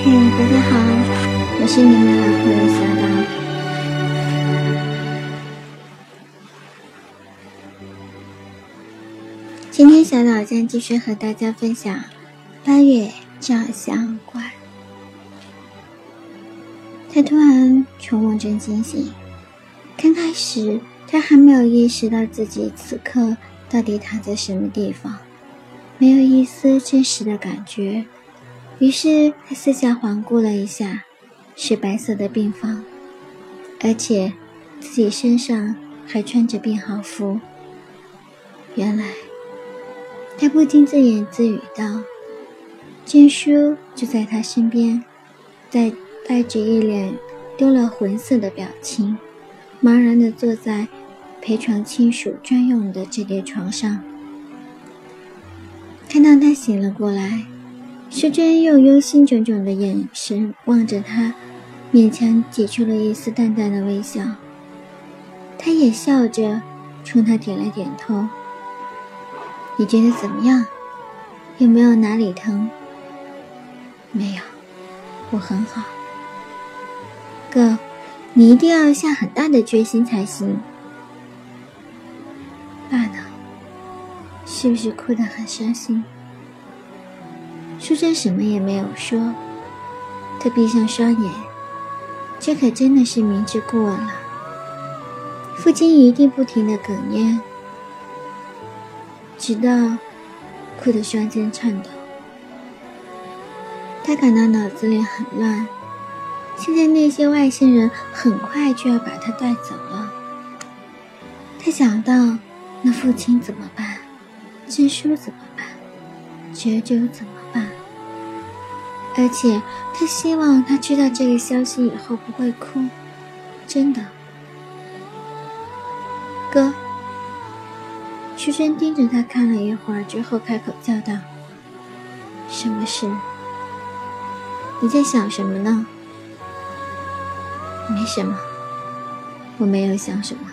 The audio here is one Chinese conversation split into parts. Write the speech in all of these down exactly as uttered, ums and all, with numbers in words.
嘿，大家好，我是你们的老朋友小岛。今天小岛将继续和大家分享八月照相馆。他突然从梦中惊醒，刚开始他还没有意识到自己此刻到底躺在什么地方，没有一丝真实的感觉。于是他四下环顾了一下，是白色的病房，而且自己身上还穿着病号服。原来他不禁自言自语道，真叔就在他身边，带带着一脸丢了魂色的表情，茫然地坐在陪床亲属专用的这叠床上。看到他醒了过来，淑珍用忧心忡忡的眼神望着他，勉强挤出了一丝淡淡的微笑。他也笑着冲他点了点头。你觉得怎么样？有没有哪里疼？没有，我很好。哥，你一定要下很大的决心才行。爸呢？是不是哭得很伤心？淑珍什么也没有说，她闭上双眼，这可真的是明知故问了。父亲一定不停地哽咽，直到哭得双肩颤抖。他感到脑子里很乱，现在那些外星人很快就要把他带走了。他想到那父亲怎么办，真叔怎么办，九九怎么办？而且他希望他知道这个消息以后不会哭，真的。哥，淑珍盯着他看了一会儿之后开口叫道，什么事？你在想什么呢？没什么，我没有想什么。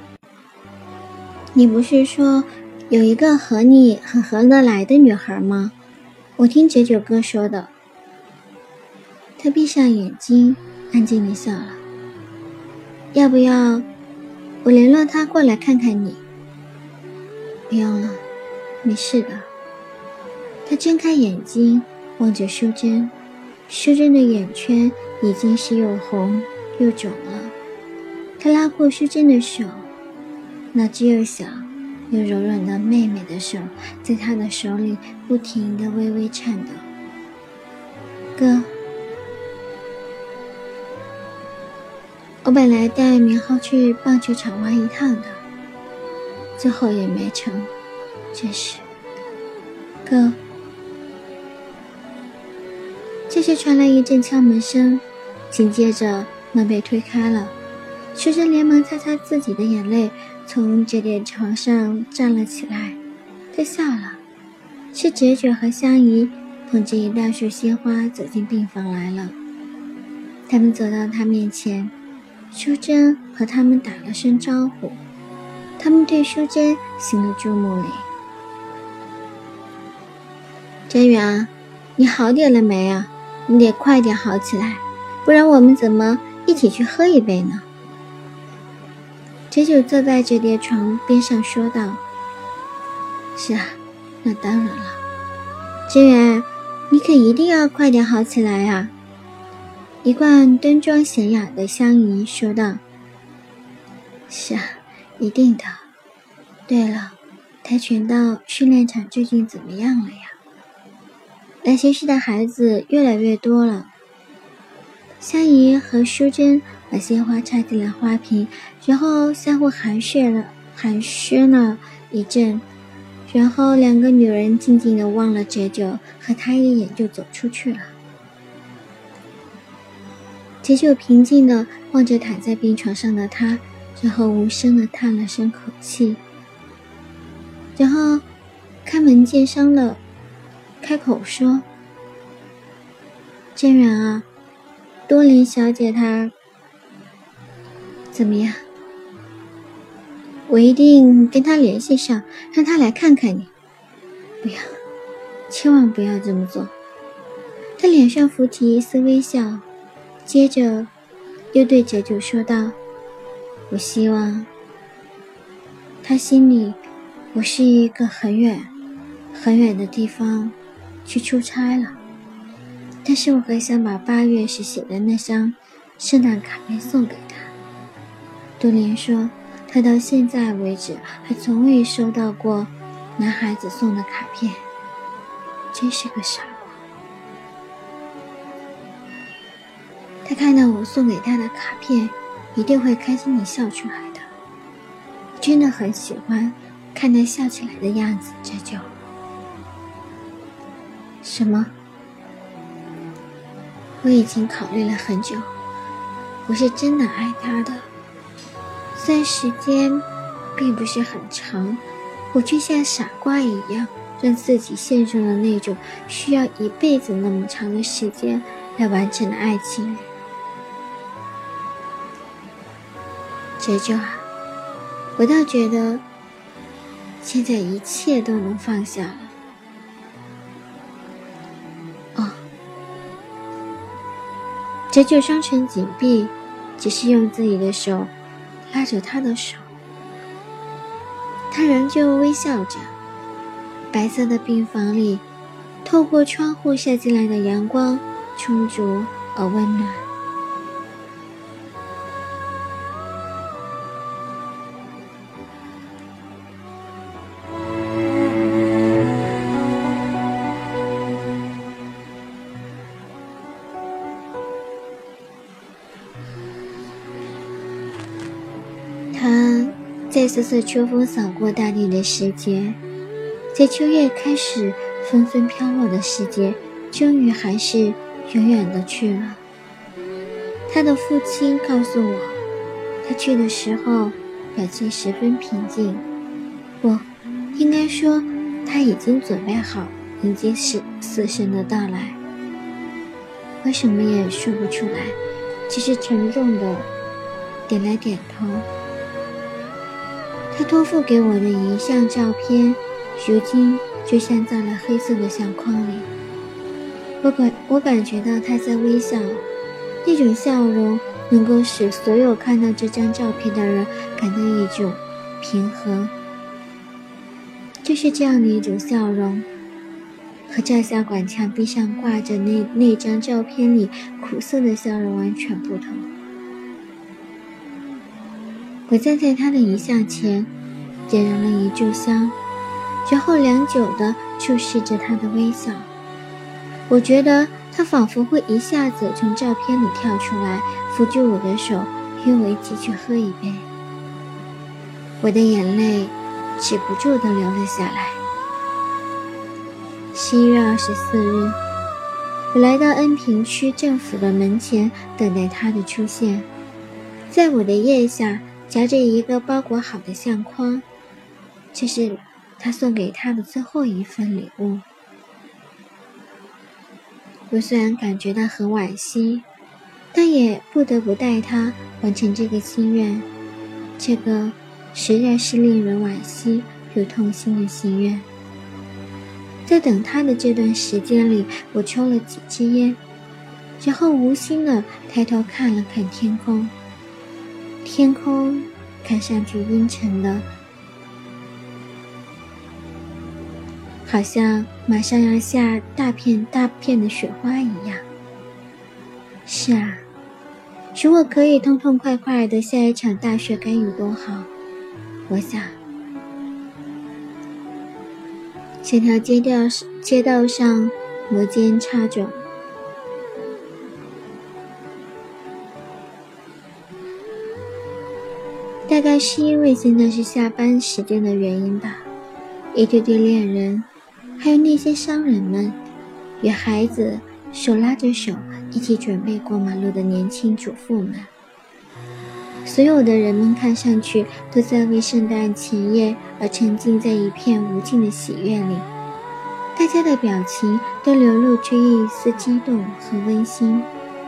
你不是说有一个和你很合得来的女孩吗？我听九九哥说的。他闭上眼睛，安静地笑了。要不要我联络他过来看看你？不用了，没事的。他睁开眼睛望着淑珍，淑珍的眼圈已经是又红又肿了。他拉过淑珍的手，那只又小又柔软的妹妹的手在他的手里不停地微微颤抖。哥，我本来带明浩去棒球场玩一趟的，最后也没成，真是。哥，这时传来一阵敲门声，紧接着门被推开了。淑珍连忙擦擦自己的眼泪，从这叠床上站了起来。她笑了，是九九和香姨捧着一大束鲜花走进病房来了。他们走到她面前，淑珍和他们打了声招呼，他们对淑珍行了注目礼。真远，你好点了没啊？你得快点好起来，不然我们怎么一起去喝一杯呢？九九坐在这叠床边上说道。是啊，那当然了。真远，你可一定要快点好起来啊！一贯端庄娴雅的香姨说道。是啊，一定的。对了，跆拳道训练场究竟怎么样了呀？来学习的孩子越来越多了。香姨和淑珍把鲜花插进了花瓶，然后相互寒暄了寒暄了一阵，然后两个女人静静地望了九九和他一眼就走出去了。九九平静地望着躺在病床上的他，然后无声地叹了声口气，然后开门见山了开口说，真远啊，多林小姐她怎么样？我一定跟她联系上，让她来看看你。不要，千万不要这么做。 他脸上浮起一丝微笑，接着又对哲九说道：我希望他心里我是一个很远很远的地方去出差了，但是我很想把八月时写的那张圣诞卡片送给他。杜莲说他到现在为止还从未收到过男孩子送的卡片，真是个傻瓜。他看到我送给他的卡片一定会开心地笑出来的，真的很喜欢看他笑起来的样子。这就什么？我已经考虑了很久，我是真的爱他的，虽然时间并不是很长，我却像傻瓜一样让自己陷入了那种需要一辈子那么长的时间来完成的爱情里。哲九啊，我倒觉得现在一切都能放下了。哦，哲九双唇紧闭，只是用自己的手拉着他的手，他仍旧微笑着。白色的病房里，透过窗户射进来的阳光充足而温暖。他在瑟瑟秋风扫过大地的时节，在秋叶开始纷纷飘落的时节，终于还是远远的去了。他的父亲告诉我，他去的时候表情十分平静，不，应该说他已经准备好迎接死死神的到来。我什么也说不出来，只是沉重的点了点头。他托付给我的一项照片，如今就镶在了黑色的相框里。我感我感觉到他在微笑，那种笑容能够使所有看到这张照片的人感到一种平和。就是这样的一种笑容，和照相馆墙壁上挂着那那张照片里苦涩的笑容完全不同。我站在他的遗像前，点燃了一炷香，然后良久地注视着他的微笑。我觉得他仿佛会一下子从照片里跳出来，扶住我的手，约我一起去喝一杯。我的眼泪止不住地流了下来。十一月二十四日，我来到恩平区政府的门前，等待他的出现。在我的腋下夹着一个包裹好的相框，这是他送给他的最后一份礼物。我虽然感觉到很惋惜，但也不得不带他完成这个心愿，这个实在是令人惋惜又痛心的心愿。在等他的这段时间里，我抽了几支烟，然后无心地抬头看了看天空。天空看上去阴沉的，好像马上要下大片大片的雪花一样。是啊，如果可以痛痛快快的下一场大雪该有多好。我想，这条街道街道上摩肩擦踵，大概是因为现在是下班时间的原因吧，一对对恋人，还有那些商人们，与孩子手拉着手一起准备过马路的年轻主妇们，所有的人们看上去都在为圣诞前夜而沉浸在一片无尽的喜悦里，大家的表情都流露出一丝激动和温馨。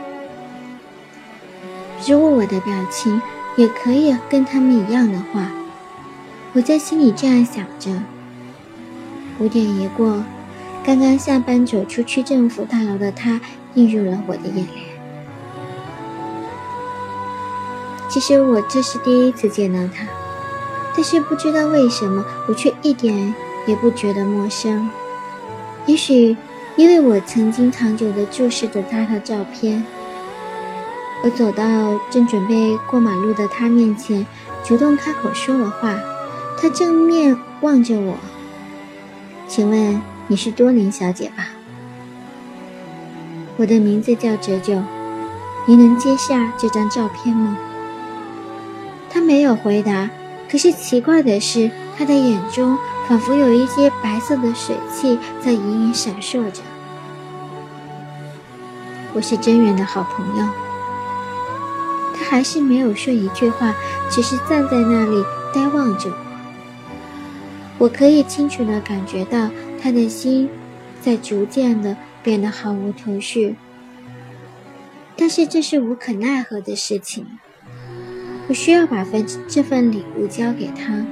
如果我的表情也可以跟他们一样的话，我在心里这样想着。五点一过， 刚刚下班走出区政府大楼的他映入了我的眼帘。其实我这是第一次见到他，但是不知道为什么我却一点也不觉得陌生。也许因为我曾经长久地注视着他的照片。我走到正准备过马路的他面前，主动开口说了话。他正面望着我，请问你是多琳小姐吧？我的名字叫哲九，你能接下这张照片吗？他没有回答，可是奇怪的是，他的眼中仿佛有一些白色的水汽在隐隐闪烁着。我是真源的好朋友。他还是没有说一句话，只是站在那里呆望着我。我可以清楚地感觉到他的心在逐渐地变得毫无头绪，但是这是无可奈何的事情。我需要把份这份礼物交给他。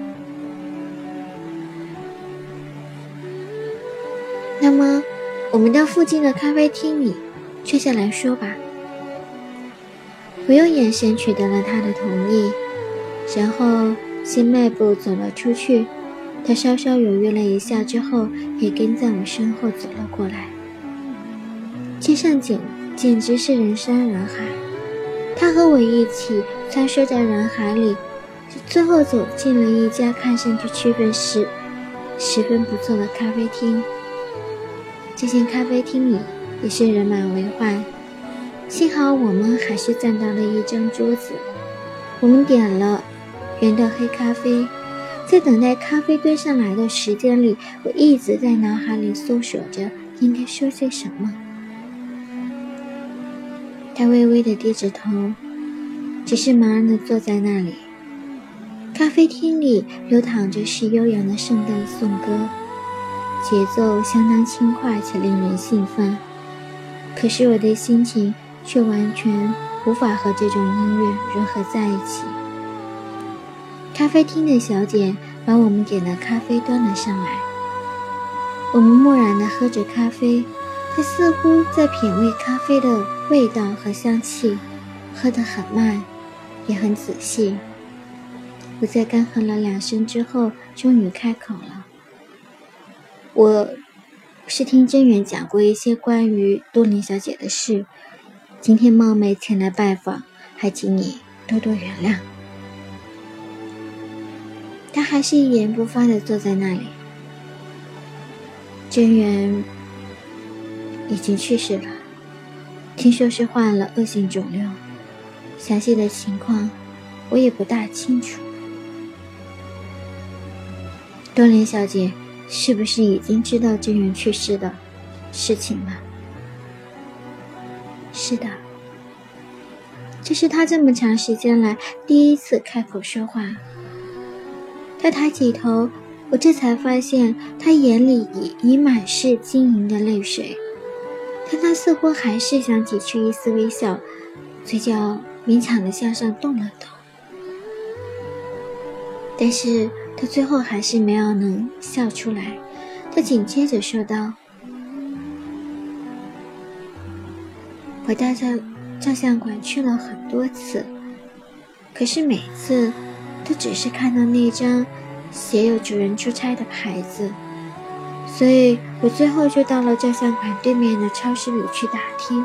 那么我们到附近的咖啡厅里坐下来说吧。我用眼神取得了他的同意，然后先迈步走了出去。他稍稍犹豫了一下之后，也跟在我身后走了过来。街上简简直是人山人海，他和我一起穿梭在人海里，最后走进了一家看上去气氛十十分不错的咖啡厅。这间咖啡厅里也是人满为患，幸好我们还是站到了一张桌子。我们点了圆的黑咖啡，在等待咖啡端上来的时间里，我一直在脑海里搜索着应该说些什么。他微微地低着头，只是茫然地坐在那里。咖啡厅里流淌着是悠扬的圣诞颂歌，节奏相当轻快且令人兴奋，可是我的心情却完全无法和这种音乐融合在一起。咖啡厅的小姐把我们点的咖啡端了上来，我们默然地喝着咖啡，她似乎在品味咖啡的味道和香气，喝得很慢，也很仔细。我在干喝了两声之后，终于开口了。我是听真源讲过一些关于多琳小姐的事，今天冒昧前来拜访，还请你多多原谅。他还是一言不发地坐在那里。真源已经去世了，听说是患了恶性肿瘤，详细的情况我也不大清楚。多琳小姐是不是已经知道真源去世的事情了？是的，这是她这么长时间来第一次开口说话。她抬起头，我这才发现她眼里已已满是晶莹的泪水，但她似乎还是想挤出一丝微笑，嘴角勉强地向上动了动。但是她最后还是没有能笑出来。她紧接着说道：我到照照相馆去了很多次，可是每次都只是看到那张写有主人出差的牌子，所以我最后就到了照相馆对面的超市里去打听。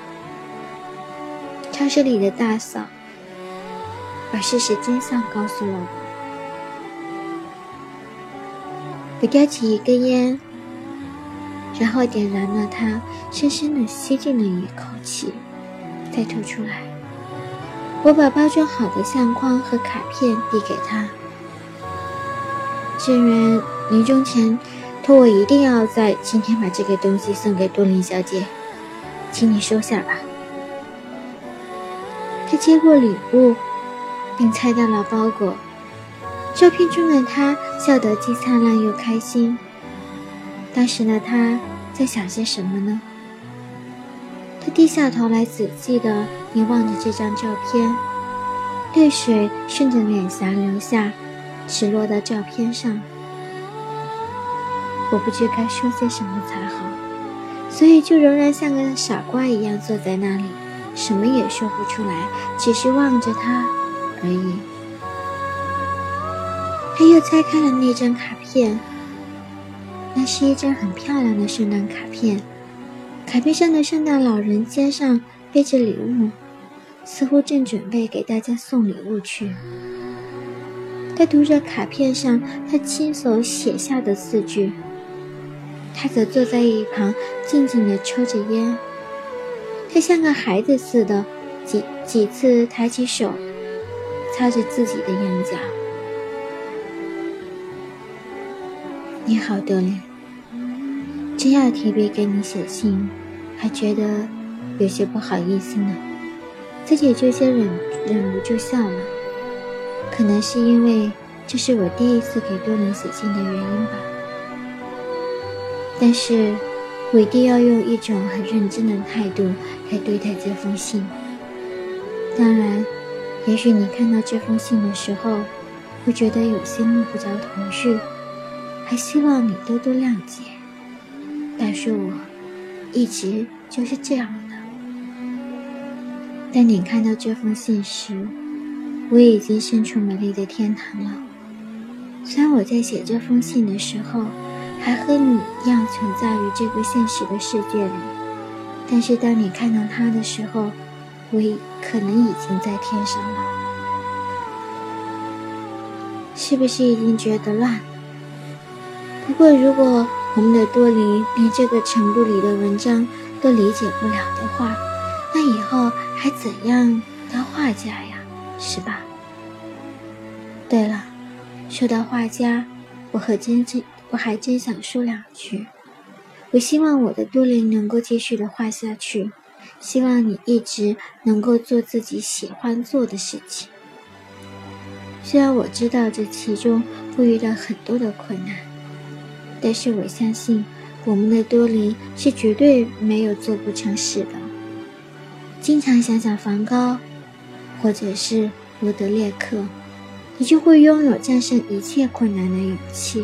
超市里的大嫂把事实真相告诉了我。我叼起一根烟，然后点燃了它，深深地吸进了一口气，再吐出来。我把包装好的相框和卡片递给他。真源临终前托我一定要在今天把这个东西送给多琳小姐，请你收下吧。他接过礼物，并拆掉了包裹。照片中的他笑得既灿烂又开心。当时的他在想些什么呢？他低下头来仔细地凝望着这张照片，泪水顺着脸颊流下，直落到照片上。 我不知该说些什么才好，所以就仍然像个傻瓜一样坐在那里，什么也说不出来，只是望着他而已。他又拆开了那张卡片，那是一张很漂亮的圣诞卡片，卡片上的圣诞老人肩上背着礼物，似乎正准备给大家送礼物去。他读着卡片上他亲手写下的字句，他则坐在一旁静静地抽着烟。他像个孩子似的几几次抬起手擦着自己的眼角。你好，德林，真要提笔给你写信，还觉得有些不好意思呢，自己就先忍忍不住笑了。可能是因为这是我第一次给多林写信的原因吧。但是我一定要用一种很认真的态度来对待这封信。当然，也许你看到这封信的时候会觉得有些摸不着头绪，还希望你多多谅解。但是我一直就是这样的。当你看到这封信时，我已经身处美丽的天堂了。虽然我在写这封信的时候还和你一样存在于这个现实的世界里，但是当你看到它的时候，我可能已经在天上了。是不是已经觉得乱了？不过如果我们的多林连这个程度里的文章都理解不了的话，那以后还怎样当画家呀，是吧？对了，说到画家，我和真真我还真想说两句。我希望我的多林能够继续的画下去，希望你一直能够做自己喜欢做的事情。虽然我知道这其中会遇到很多的困难，但是我相信我们的多林是绝对没有做不成事的。经常想想梵高或者是罗德列克，你就会拥有战胜一切困难的勇气。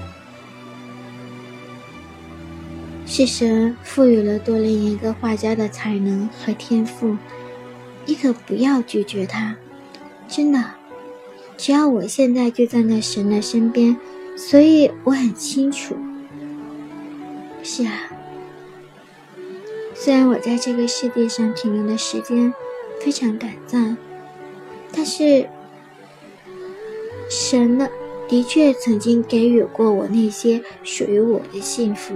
是神赋予了多林一个画家的才能和天赋，你可不要拒绝他。真的，只要我现在就站在神的身边，所以我很清楚。是啊，虽然我在这个世界上停留的时间非常短暂，但是神呢，的确曾经给予过我那些属于我的幸福。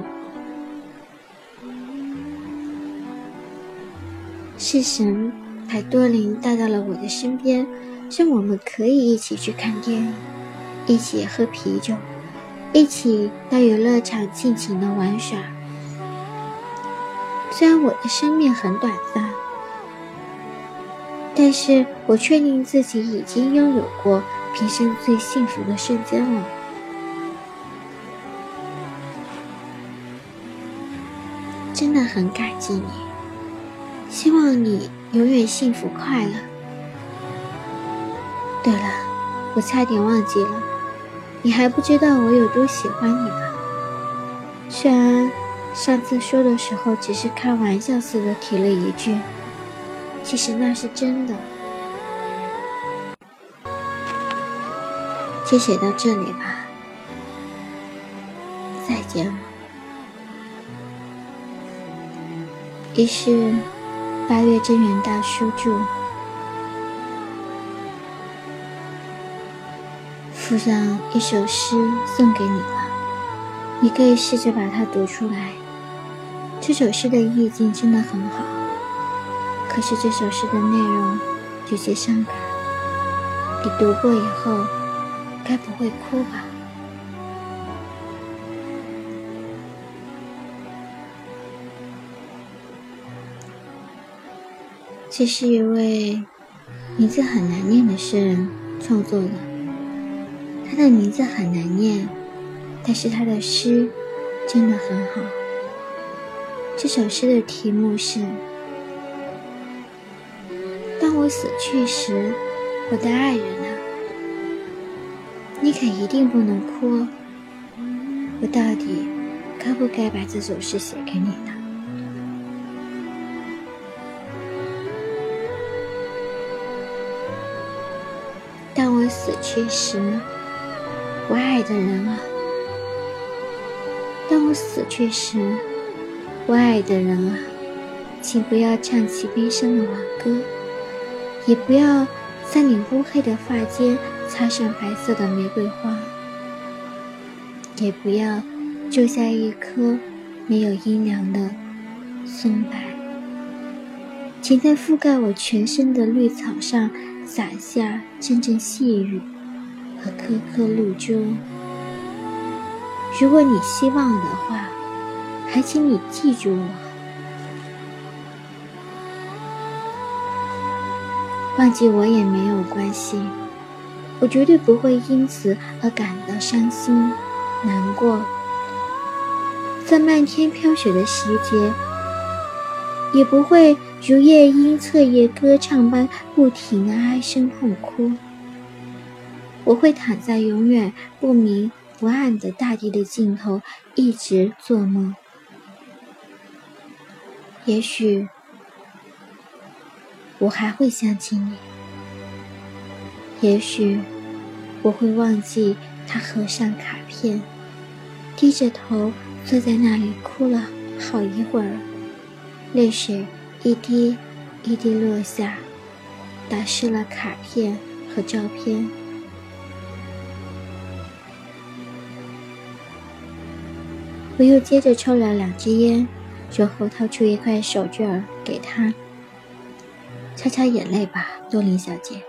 是神把多林带到了我的身边，让我们可以一起去看电影，一起喝啤酒，一起到游乐场尽情的玩耍。虽然我的生命很短暂，但是我确定自己已经拥有过平生最幸福的瞬间了。真的很感激你，希望你永远幸福快乐。对了，我差点忘记了，你还不知道我有多喜欢你吧？虽然上次说的时候只是开玩笑似的提了一句，其实那是真的。就写到这里吧，再见了。于是八月真元大叔注，附上一首诗送给你了，你可以试着把它读出来。这首诗的意境真的很好，可是这首诗的内容有些伤感，你读过以后该不会哭吧？这是一位名字很难念的诗人创作的，他的名字很难念，但是他的诗真的很好。这首诗的题目是：当我死去时，我的爱人啊，你可一定不能哭哦，我到底该不该把这首诗写给你呢？当我死去时，我爱的人啊，当我死去时，我爱的人啊，请不要唱起悲伤的挽歌，也不要在你乌黑的发间插上白色的玫瑰花，也不要种下一棵没有阴凉的松柏，请在覆盖我全身的绿草上洒下阵阵细雨和颗颗露珠。如果你希望的话，还请你记住我，忘记我也没有关系，我绝对不会因此而感到伤心难过。在漫天飘雪的时节，也不会如夜莺彻夜歌唱般不停地唉声痛哭。我会躺在永远不明不暗的大地的尽头，一直做梦。也许我还会想起你，也许我会忘记他合上卡片，低着头坐在那里哭了好一会儿，泪水一滴一滴落下，打湿了卡片和照片。我又接着抽了两支烟，然后掏出一块手绢儿给他，擦擦眼泪吧，多琳小姐。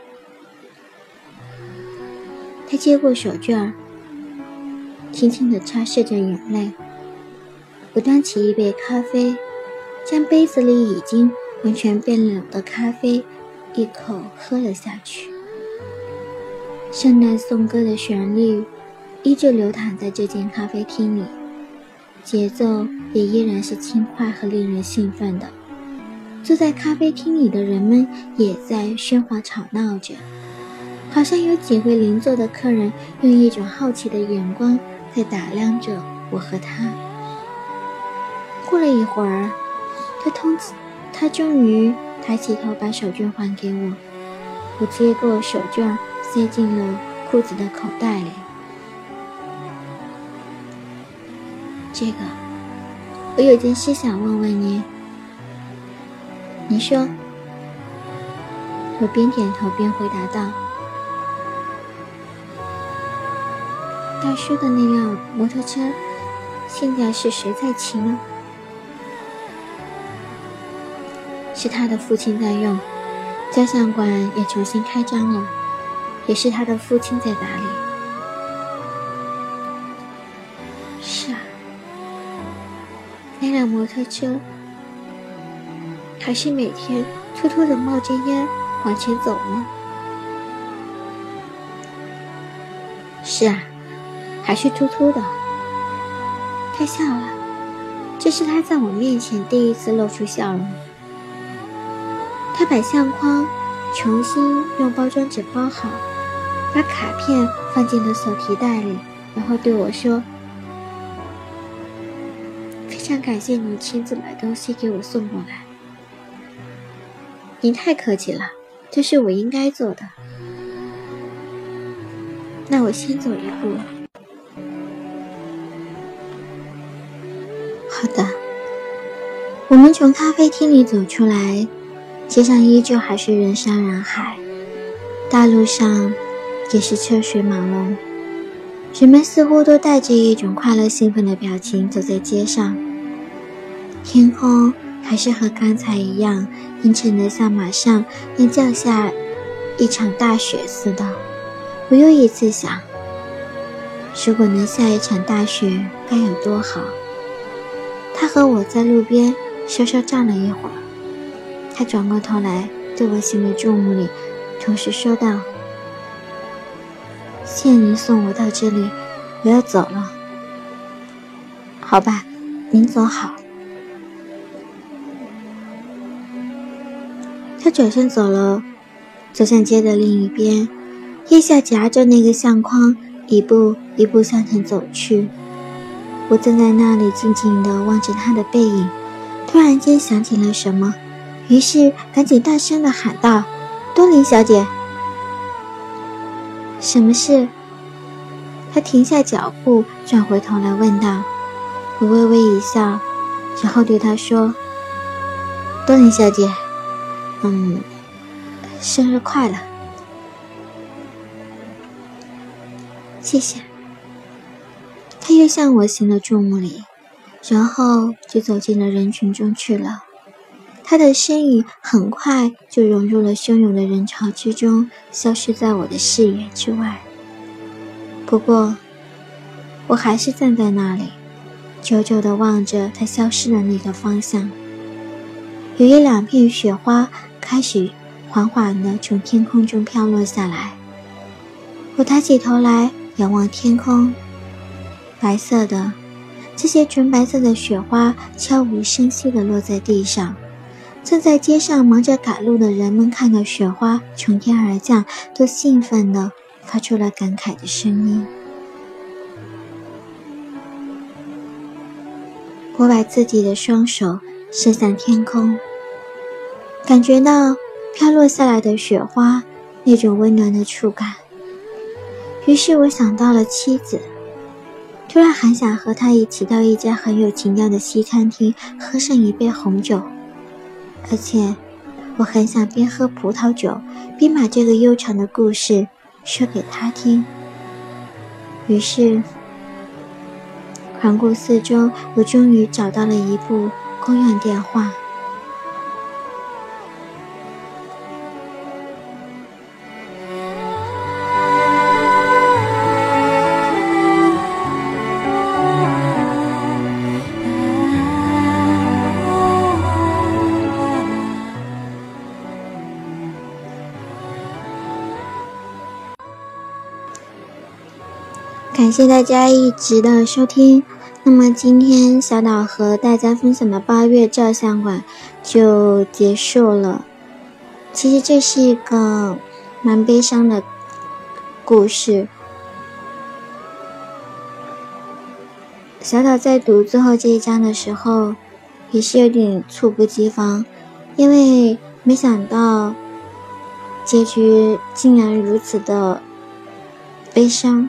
他接过手绢儿，轻轻地擦拭着眼泪。我端起一杯咖啡，将杯子里已经完全变冷的咖啡一口喝了下去。圣诞颂歌的旋律依旧流淌在这间咖啡厅里，节奏也依然是轻快和令人兴奋的。坐在咖啡厅里的人们也在喧哗吵闹着，好像有几位邻座的客人用一种好奇的眼光在打量着我和他。过了一会儿，他通他终于抬起头把手绢还给我，我接过手绢塞进了裤子的口袋里。这个，我有件事想问问您。你说。我边点头边回答道。大叔的那辆摩托车现在是谁在骑呢？是他的父亲在用，照相馆也重新开张了，也是他的父亲在打理。是啊，那辆摩托车还是每天偷偷地冒着烟往前走吗？是啊，还是突突的。他笑了，这是他在我面前第一次露出笑容。他把相框重新用包装纸包好，把卡片放进了手提袋里，然后对我说：非常感谢你亲自把东西给我送过来。您太客气了，这是我应该做的。那我先走一步。好的。我们从咖啡厅里走出来，街上依旧还是人山人海，大路上也是车水马龙，人们似乎都带着一种快乐兴奋的表情走在街上。天空还是和刚才一样阴沉的像马上要降下一场大雪似的。我又一次想，如果能下一场大雪该有多好。他和我在路边稍稍站了一会儿，他转过头来对我行了注目礼，同时说道：谢谢您送我到这里，我要走了。好吧，您走好。他转身走了，走向街的另一边，腋下夹着那个相框，一步一步向前走去。 我站在那里静静地望着他的背影，突然间想起了什么，于是赶紧大声地喊道：多琳小姐。什么事？他停下脚步，转回头来问道。我微微一笑，然后对他说：多琳小姐，嗯，生日快乐。谢谢。他又向我行了注目礼，然后就走进了人群中去了。他的身影很快就融入了汹涌的人潮之中，消失在我的视野之外。不过我还是站在那里，久久地望着他消失的那个方向。有一两片雪花开始缓缓地从天空中飘落下来，我抬起头来仰望天空，白色的，这些纯白色的雪花悄无声息地落在地上。正在街上忙着赶路的人们看到雪花从天而降，都兴奋地发出了感慨的声音。我把自己的双手伸向天空，感觉到飘落下来的雪花那种温暖的触感。于是我想到了妻子，突然很想和她一起到一家很有情调的西餐厅喝上一杯红酒，而且我很想边喝葡萄酒边把这个悠长的故事说给她听。于是环顾四周，我终于找到了一部公用电话。感谢大家一直的收听，那么今天小岛和大家分享的八月照相馆就结束了。其实这是一个蛮悲伤的故事，小岛在读最后这一章的时候也是有点猝不及防，因为没想到结局竟然如此的悲伤。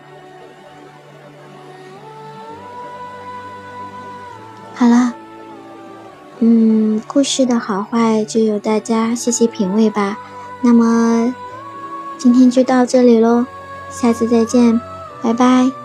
好了，嗯，故事的好坏就由大家细细品味吧。那么今天就到这里咯，下次再见，拜拜。